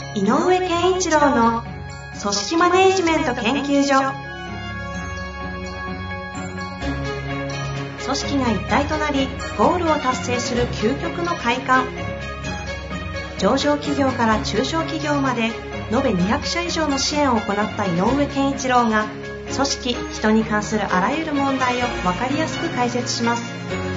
井上健一郎の組織マネジメント研究所。組織が一体となりゴールを達成する究極の快感。上場企業から中小企業まで延べ200社以上の支援を行った井上健一郎が、組織・人に関するあらゆる問題を分かりやすく解説します。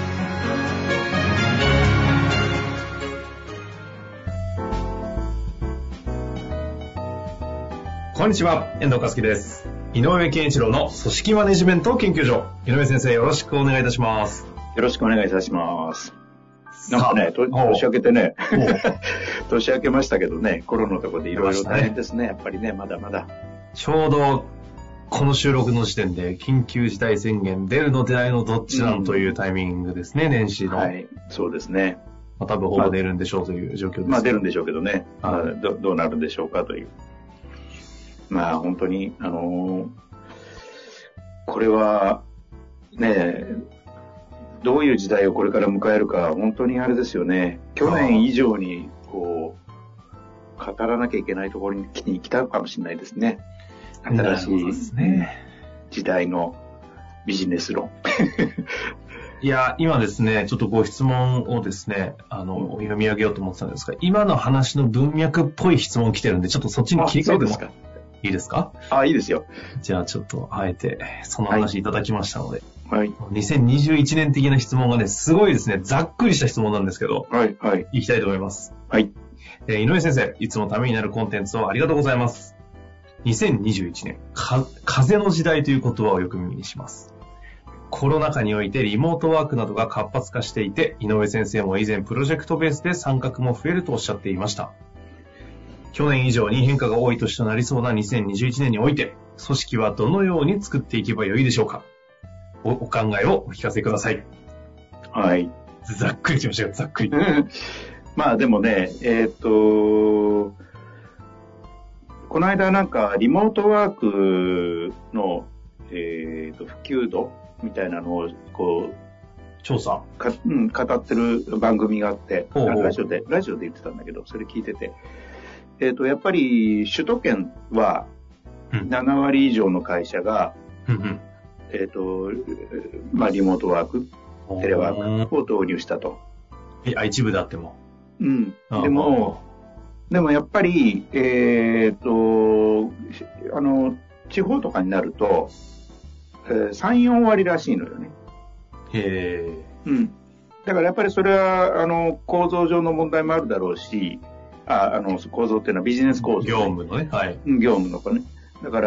こんにちは、遠藤和樹です。井上健一郎の組織マネジメント研究所。井上先生、よろしくお願いいたします。 よろしくお願いいたします。なんかね、年明けてね、年明けましたけどね、コロナのところでいろいろ大変ですね、やっぱりね、まだまだ。 ちょうど、この収録の時点で、緊急事態宣言出るの出ないのどっちなのというタイミングですね、年始の。 はい、そうですね。 多分ほぼ出るんでしょうという状況です。 出るんでしょうけどね、どうなるんでしょうかという。本当に、これは、ね、どういう時代をこれから迎えるか、本当にあれですよね。去年以上に、語らなきゃいけないところに来たかもしれないですね。新しい時代のビジネス論。 いや、今ですね、ちょっとご質問をですね、読み上げようと思ってたんですが、今の話の文脈っぽい質問来てるんで、ちょっとそっちに切り替えてもいいですか？ いいですよ。 じゃあちょっと、あえて、その話いただきましたので。 はい。 2021年的な質問がね、すごいですね、ざっくりした質問なんですけど、 はい、はい。 いきたいと思います。 はい。 井上先生、いつもためになるコンテンツをありがとうございます。2021年、風の時代という言葉をよく耳にします。コロナ禍においてリモートワークなどが活発化していて、井上先生も以前プロジェクトベースで参画も増えるとおっしゃっていました。去年以上に変化が多い年となりそうな2021年において、組織はどのように作っていけばよいでしょうか？お考えをお聞かせください。 はい。 ざっくりしましたよ、ざっくり。 でもね、この間なんかリモートワークの、普及度みたいなのを調査語ってる番組があって、ラジオで言ってたんだけど、それ聞いてて、やっぱり首都圏は7割以上の会社が、リモートワーク、テレワークを導入したと。 一部であっても。 でもやっぱり、地方とかになると、3、4割らしいのよね。だからやっぱりそれは、構造上の問題もあるだろうし、構造っていうのはビジネス構造、 業務のね。はい。 業務の子ね。だから、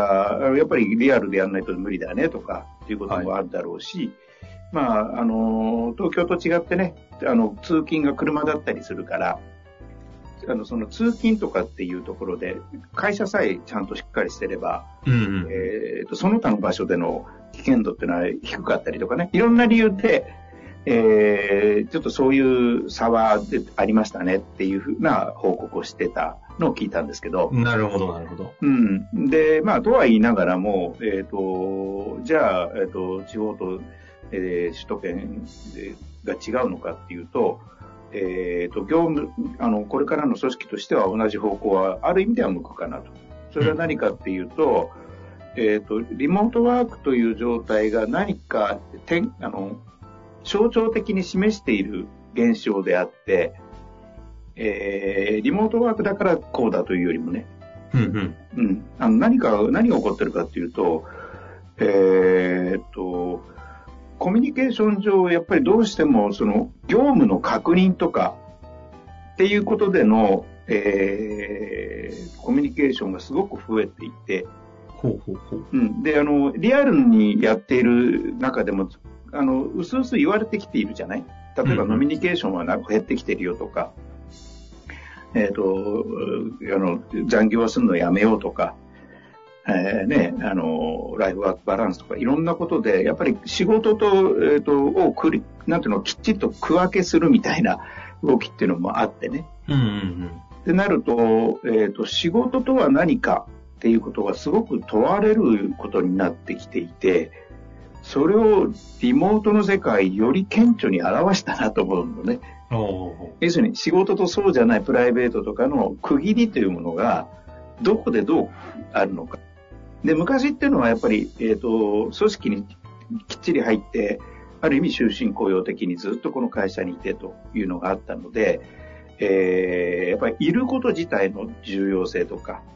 やっぱりリアルでやらないと無理だねとか、っていうこともあるだろうし、東京と違ってね、通勤が車だったりするから、その通勤とかっていうところで、会社さえちゃんとしっかりしてれば、その他の場所での危険度っていうのは低かったりとかね、いろんな理由で、ちょっとそういう差はありましたねっていうふうな報告をしてたのを聞いたんですけど。 なるほど、なるほど。 で、とは言いながらも、じゃあ、地方と、首都圏が違うのかっていうと、業務、これからの組織としては同じ方向はある意味では向くかなと。それは何かっていうと、リモートワークという状態が何か象徴的に示している現象であって、リモートワークだからこうだというよりもね、何が起こってるかっていうと、コミュニケーション上、やっぱりどうしてもその業務の確認とかっていうことでの、コミュニケーションがすごく増えていて、で、リアルにやっている中でも、うすうす言われてきているじゃない？例えば、ノミニケーションは減ってきてるよとか、残業はするのやめようとか、ライフワークバランスとかいろんなことで、やっぱり仕事と、きっちりと区分けするみたいな動きっていうのもあってね。でなると、仕事とは何かっていうことがすごく問われることになってきていて、それをリモートの世界より顕著に表したなと思うのね。 要するに仕事とそうじゃないプライベートとかの区切りというものがどこでどうあるのか。で、昔っていうのはやっぱり、組織にきっちり入って、ある意味終身雇用的にずっとこの会社にいてというのがあったので、やっぱりいること自体の重要性とか、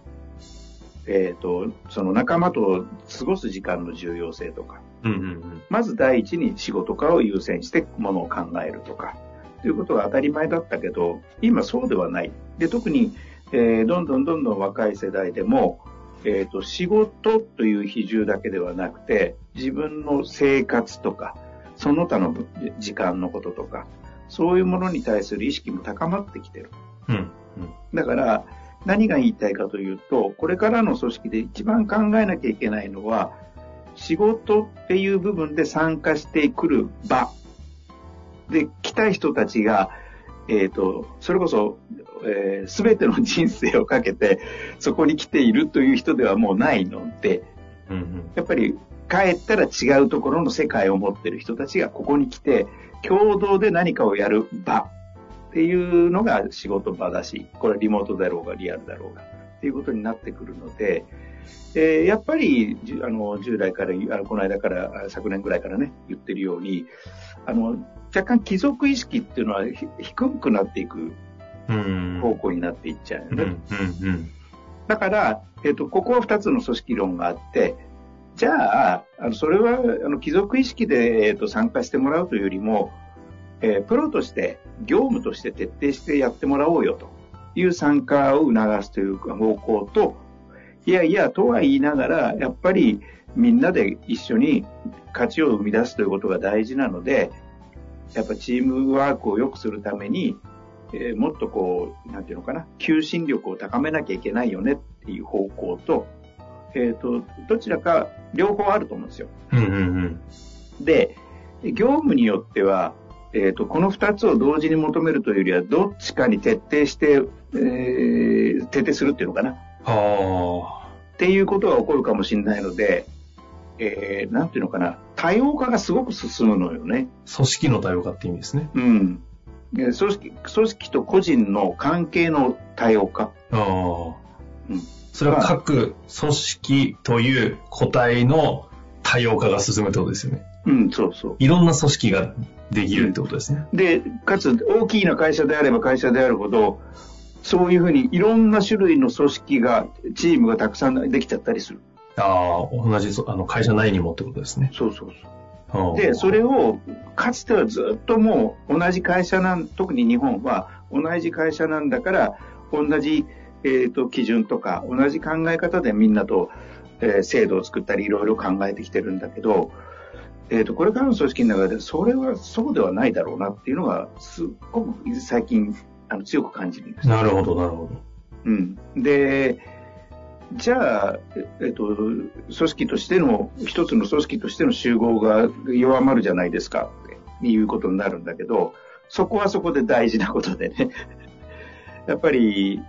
その仲間と過ごす時間の重要性とか、まず第一に仕事化を優先してものを考えるとか、ということが当たり前だったけど、今そうではない。で、特に、どんどん若い世代でも、仕事という比重だけではなくて、自分の生活とか、その他の時間のこととか、そういうものに対する意識も高まってきてる。だから、何が言いたいかというと、これからの組織で一番考えなきゃいけないのは、仕事っていう部分で参加してくる場で来た人たちが、それこそ、全ての人生をかけてそこに来ているという人ではもうないので、やっぱり帰ったら違うところの世界を持っている人たちがここに来て共同で何かをやる場っていうのが仕事場だし、これはリモートだろうがリアルだろうがっていうことになってくるので、やっぱり従来からこの間から昨年ぐらいからね言ってるように若干貴族意識っていうのは低くなっていく方向になっていっちゃうよね。だから、ここは2つの組織論があって、じゃあ、それは貴族意識で、参加してもらうというよりも、プロとして業務として徹底してやってもらおうよという参加を促すという方向と、いやいやとは言いながらやっぱりみんなで一緒に価値を生み出すということが大事なので、やっぱチームワークを良くするために、もっとこうなんていうのかな、求心力を高めなきゃいけないよねっていう方向と、どちらか両方あると思うんですよ。で、業務によっては、この2つを同時に求めるというよりはどっちかに徹底して、徹底するっていうのかなっていうことが起こるかもしれないので、なんていうのかな、多様化がすごく進むのよね。 組織の多様化って意味ですね。 組織と個人の関係の多様化。 それは各組織という個体の多様化が進むってことですよね。 そうそう。 いろんな組織ができるってことですね。 で、かつ大きな会社であれば会社であるほど、そういうふうにいろんな種類の組織が、チームがたくさんできちゃったりする。 同じ会社内にもってことですね。 そう。で、それをかつてはずっともう同じ会社特に日本は同じ会社なんだから同じ、基準とか同じ考え方でみんなと、制度を作ったりいろいろ考えてきてるんだけど、これからの組織の中でそれはそうではないだろうなっていうのがすっごく最近強く感じるんです。 なるほど。 で、じゃあ、組織としての一つの組織としての集合が弱まるじゃないですかっていうことになるんだけど、そこはそこで大事なことでねやっぱり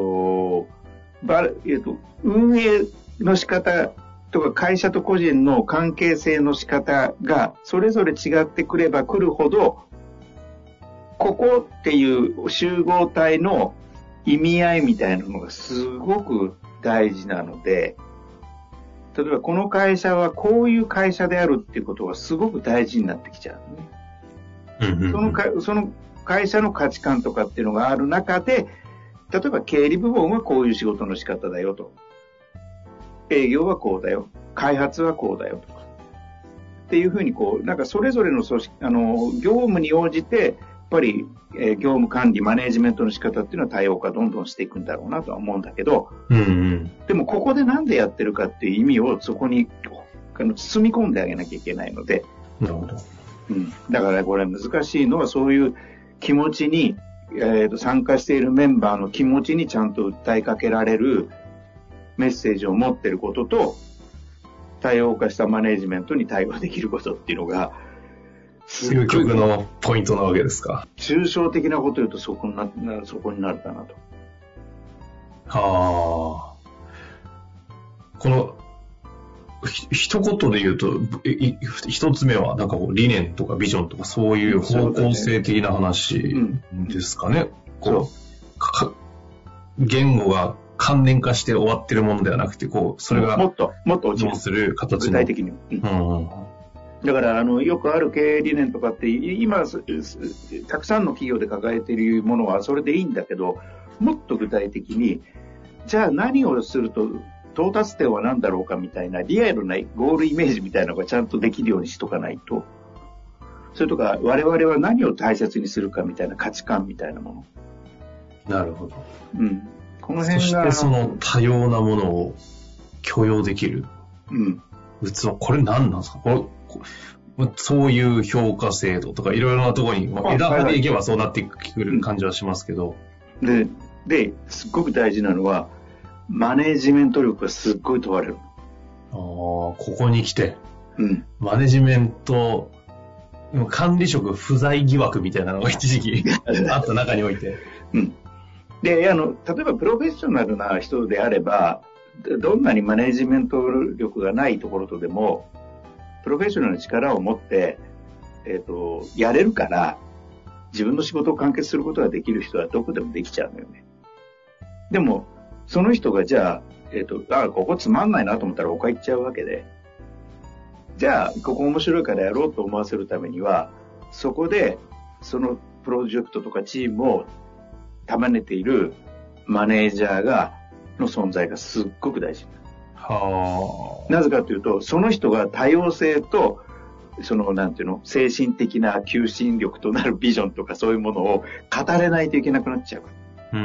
運営の仕方とか会社と個人の関係性の仕方がそれぞれ違ってくればくるほど、ここっていう集合体の意味合いみたいなのがすごく大事なので、例えばこの会社はこういう会社であるっていうことがすごく大事になってきちゃうね。その会社の価値観とかっていうのがある中で、例えば経理部門はこういう仕事の仕方だよと、営業はこうだよ、開発はこうだよとかっていうふうになんかそれぞれの組織業務に応じてやっぱり業務管理マネージメントの仕方っていうのは多様化どんどんしていくんだろうなとは思うんだけど、でもここでなんでやってるかっていう意味をそこに包み込んであげなきゃいけないので、 なるほど。 だからこれ難しいのはそういう気持ちに、参加しているメンバーの気持ちにちゃんと訴えかけられるメッセージを持っていることと、多様化したマネージメントに対応できることっていうのが究極のポイントなわけですか。 抽象的なことを言うとそこになるかなと。 この一言で言うと、一つ目は、なんかこう理念とかビジョンとかそういう方向性的な話ですかね。言語が関連化して終わってるものではなくて、こう、それが、 もっと落ちるする形の。 具体的に。だから、よくある経営理念とかって、今、たくさんの企業で抱えているものはそれでいいんだけど、もっと具体的に、じゃあ何をすると、到達点は何だろうかみたいなリアルなゴールイメージみたいなのがちゃんとできるようにしとかないと。それとか我々は何を大切にするかみたいな価値観みたいなもの。なるほど。 この辺が。そしてその多様なものを許容できる。器。これ何なんですか？そういう評価制度とかいろいろなところに、枝葉でいけばそうなってくる感じはしますけど。 で、すっごく大事なのは、マネージメント力がすっごい問われる。 ここに来て、マネジメント、管理職不在疑惑みたいなのが一時期あった中において。 で、例えばプロフェッショナルな人であれば、どんなにマネジメント力がないところとでも、プロフェッショナルの力を持って、やれるから、自分の仕事を完結することができる人はどこでもできちゃうのよね。でも、その人がじゃあ、ここつまんないなと思ったら他行っちゃうわけで、じゃあ、ここ面白いからやろうと思わせるためには、そこで、そのプロジェクトとかチームを束ねているマネージャーの存在がすっごく大事。なぜかというと、その人が多様性と、精神的な求心力となるビジョンとかそういうものを語れないといけなくなっちゃう。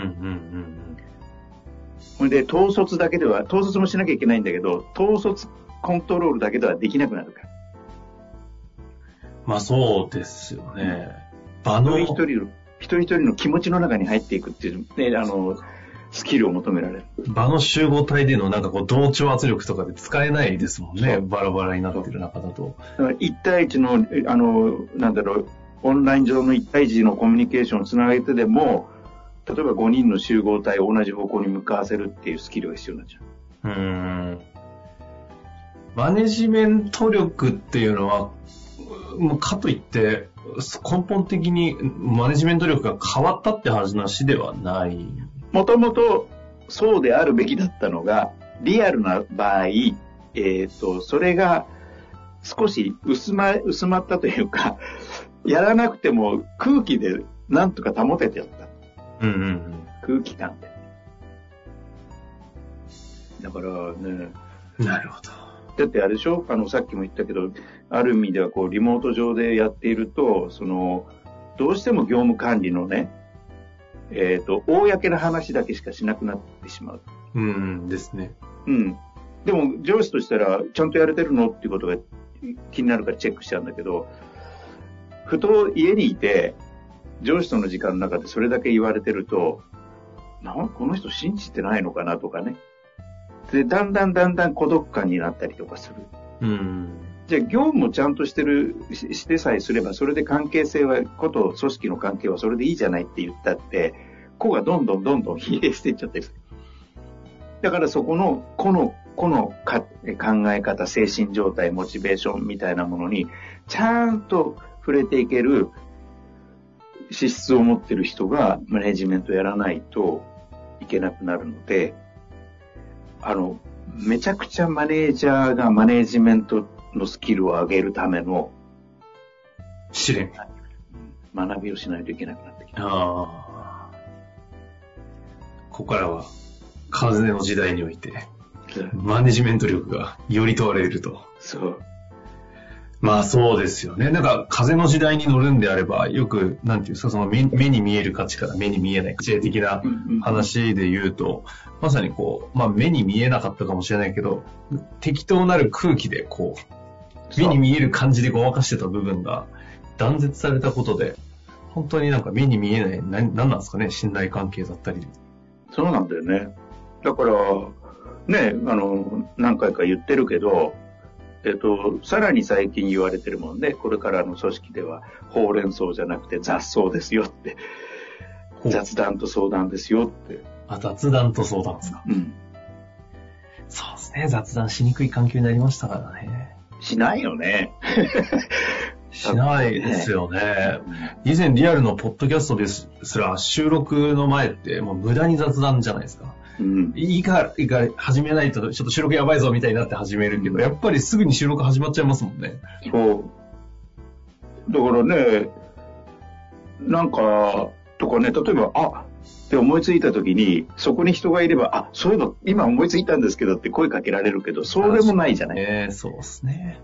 で、統率もしなきゃいけないんだけど、統率コントロールだけではできなくなるから。 まあそうですよね。 一人一人の気持ちの中に入っていくっていう、ね、スキルを求められる。 場の集合体での同調圧力とかで使えないですもんね。バラバラになってる中だと。 1対1の、オンライン上の1対1のコミュニケーションをつなげてでも、例えば5人の集合体を同じ方向に向かわせるっていうスキルが必要になっちゃう。 マネジメント力っていうのは、かといって根本的にマネジメント力が変わったって話ではない。 もともとそうであるべきだったのが、リアルな場合、それが少し薄まったというか、やらなくても空気でなんとか保ててやった。空気感で。だからね。 なるほど。 だってあれでしょ、さっきも言ったけど、ある意味ではリモート上でやっていると、どうしても業務管理のね、公な話だけしかしなくなってしまう。 ですね。 でも上司としたら、ちゃんとやれてるのっていうことが気になるからチェックしちゃうんだけど、ふと家にいて、上司との時間の中でそれだけ言われてると、この人信じてないのかなとかね。で、だんだん孤独感になったりとかする。じゃあ業務もちゃんとしてさえすれば、それで関係性は、組織の関係はそれでいいじゃないって言ったって、個がどんどん疲弊していっちゃってる。だからそこの個の考え方、精神状態、モチベーションみたいなものに、ちゃんと触れていける資質を持ってる人がマネジメントやらないといけなくなるので、めちゃくちゃマネージャーがマネジメントのスキルを上げるための試練、 学びをしないといけなくなってきた。 ここからは風の時代においてマネジメント力がより問われると。 そう。 まあそうですよね。風の時代に乗るんであれば、よく、なんていうんですか、その目に見える価値から目に見えない価値的な話で言うと、まさに目に見えなかったかもしれないけど、適当なる空気で目に見える感じでごまかしてた部分が断絶されたことで、本当に目に見えない、何なんですかね、信頼関係だったり。 そうなんだよね。だから、ね、何回か言ってるけど、さらに最近言われてるもんね、これからの組織では、ほうれん草じゃなくて雑草ですよって。雑談と相談ですよって。 雑談と相談ですか。 うん。 そうですね、雑談しにくい環境になりましたからね。 しないよね。 しないですよね。以前リアルのポッドキャストですら収録の前ってもう無駄に雑談じゃないですか。いいから始めないとちょっと収録やばいぞみたいになって始めるけど、やっぱりすぐに収録始まっちゃいますもんね。 そう。だからね、なんか、とかね、例えば、って思いついた時に、そこに人がいれば、そういえば今思いついたんですけどって声かけられるけど、それもないじゃない。 そうですね。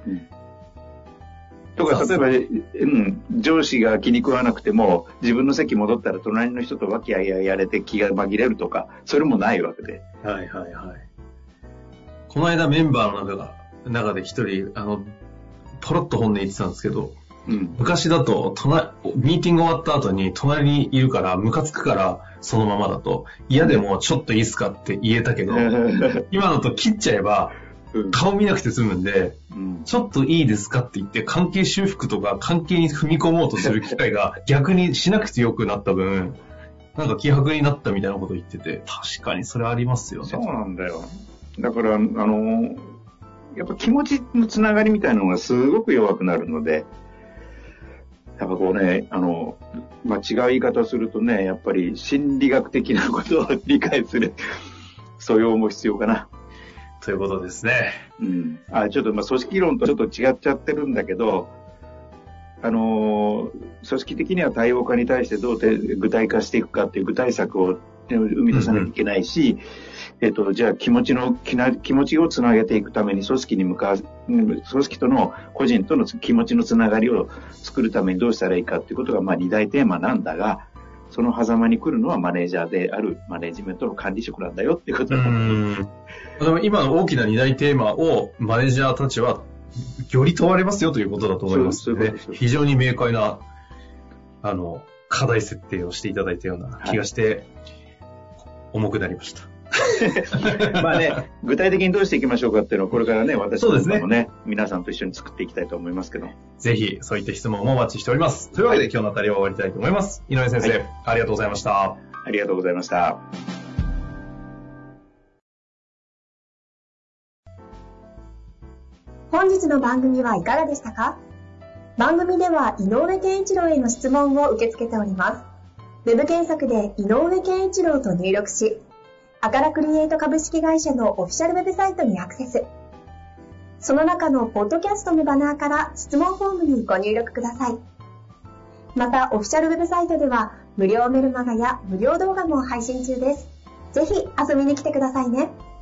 とか、例えば、上司が気に食わなくても、自分の席戻ったら隣の人と和気あいあいやれて気が紛れるとか、それもないわけで。 はいはいはい。この間メンバーの中で一人、ポロッと本音言ってたんですけど、昔だとミーティング終わった後に隣にいるからムカつくからそのままだと嫌でもちょっといいっすかって言えたけど今だと切っちゃえば顔見なくて済むんで、ちょっといいですかって言って関係修復とか関係に踏み込もうとする機会が逆にしなくてよくなった分なんか希薄になったみたいなこと言ってて、確かにそれありますよね。 そうなんだよ。だからやっぱ気持ちのつながりみたいなのがすごく弱くなるので、やっぱこうね、違う言い方をするとね、やっぱり心理学的なことを理解する素養も必要かな。 ということですね。 ちょっと組織論とちょっと違っちゃってるんだけど、組織的には多様化に対してどう具体化していくかっていう具体策を生み出さなきゃいけないし、じゃあ気持ちをつなげていくために組織との個人との気持ちのつながりを作るためにどうしたらいいかっていうことが2大テーマなんだが、その狭間に来るのはマネージャーであるマネジメントの管理職なんだよっていうことなんだ。 でも今の大きな2大テーマをマネージャーたちはより問われますよということだと思いますので、非常に明快な課題設定をしていただいたような気がして、重くなりました。 具体的にどうしていきましょうかっていうのをこれからね、私たちもね、皆さんと一緒に作っていきたいと思いますけど。 ぜひ、そういった質問もお待ちしております。というわけで今日のあたりは終わりたいと思います。井上先生、ありがとうございました。 ありがとうございました。 本日の番組はいかがでしたか？番組では井上健一郎への質問を受け付けております。ウェブ検索で井上健一郎と入力し、アカラクリエイト株式会社のオフィシャルウェブサイトにアクセス。その中のポッドキャストのバナーから質問フォームにご入力ください。また、オフィシャルウェブサイトでは無料メルマガや無料動画も配信中です。ぜひ遊びに来てくださいね。